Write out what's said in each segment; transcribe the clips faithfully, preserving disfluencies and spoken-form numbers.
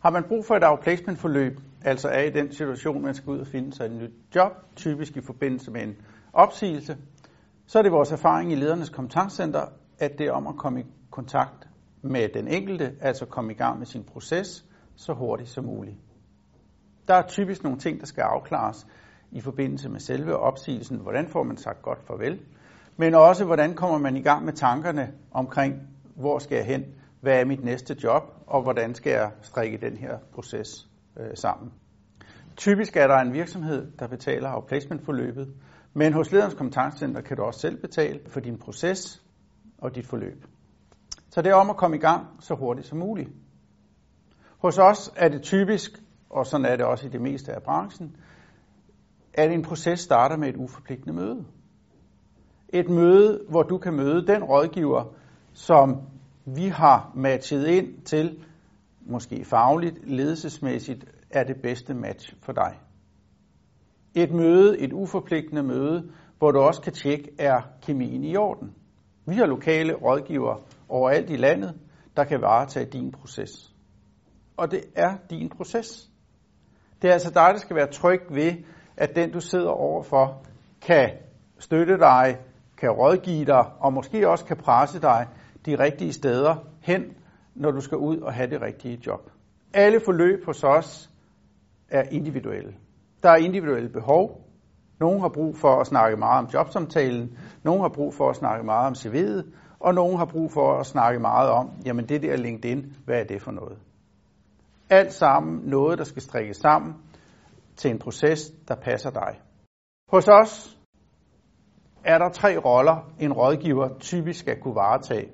Har man brug for et outplacement-forløb, altså er i den situation, man skal ud og finde sig et nyt job, typisk i forbindelse med en opsigelse, så er det vores erfaring i Ledernes Kompetencecenter, at det er om at komme i kontakt med den enkelte, altså komme i gang med sin proces så hurtigt som muligt. Der er typisk nogle ting, der skal afklares i forbindelse med selve opsigelsen. Hvordan får man sagt godt farvel? Men også, hvordan kommer man i gang med tankerne omkring, hvor skal jeg hen? Hvad er mit næste job? Og hvordan skal jeg strikke den her proces øh, sammen? Typisk er der en virksomhed, der betaler outplacement-forløbet, men hos Ledernes Kompetencecenter kan du også selv betale for din proces og dit forløb. Så det er om at komme i gang så hurtigt som muligt. Hos os er det typisk, og sådan er det også i det meste af branchen, at en proces starter med et uforpligtende møde. Et møde, hvor du kan møde den rådgiver, som vi har matchet ind til, måske fagligt, ledelsesmæssigt, er det bedste match for dig. Et møde, et uforpligtende møde, hvor du også kan tjekke, er kemien i orden. Vi har lokale rådgivere overalt i landet, der kan varetage din proces. Og det er din proces. Det er altså dig, der skal være tryg ved, at den, du sidder overfor, kan støtte dig, kan rådgive dig, og måske også kan presse dig de rigtige steder hen, når du skal ud og have det rigtige job. Alle forløb hos os er individuelle. Der er individuelle behov. Nogle har brug for at snakke meget om jobsamtalen, nogle har brug for at snakke meget om C V'et, og nogle har brug for at snakke meget om, jamen det der LinkedIn, hvad er det for noget? Alt sammen noget, der skal strikkes sammen til en proces, der passer dig. Hos os er der tre roller, en rådgiver typisk skal kunne varetage.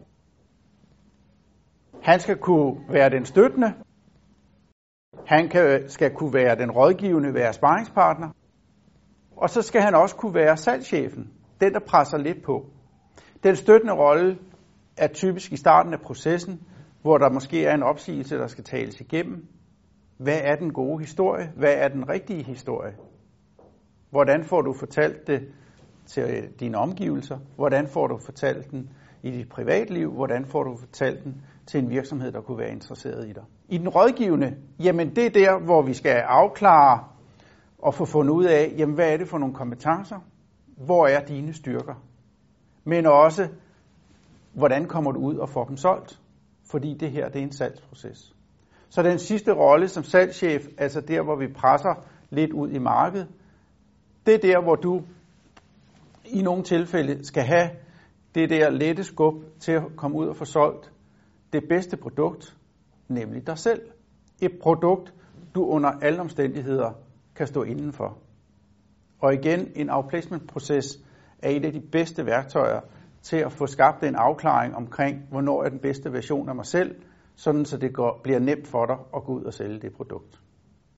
Han skal kunne være den støttende, han kan, skal kunne være den rådgivende, være sparringspartner, og så skal han også kunne være salgschefen, den der presser lidt på. Den støttende rolle er typisk i starten af processen, hvor der måske er en opsigelse, der skal tales igennem. Hvad er den gode historie? Hvad er den rigtige historie? Hvordan får du fortalt det til dine omgivelser? Hvordan får du fortalt den i dit privatliv? Hvordan får du fortalt den til en virksomhed, der kunne være interesseret i dig? I den rådgivende, jamen det er der, hvor vi skal afklare og få fundet ud af, jamen hvad er det for nogle kompetencer? Hvor er dine styrker? Men også, hvordan kommer du ud og får dem solgt? Fordi det her, det er en salgsproces. Så den sidste rolle som salgschef, altså der, hvor vi presser lidt ud i markedet, det er der, hvor du i nogle tilfælde skal have det der lette skub til at komme ud og få solgt det bedste produkt, nemlig dig selv. Et produkt, du under alle omstændigheder kan stå indenfor. Og igen, en outplacement-proces er et af de bedste værktøjer til at få skabt en afklaring omkring, hvornår er den bedste version af mig selv, sådan så det går, bliver nemt for dig at gå ud og sælge det produkt.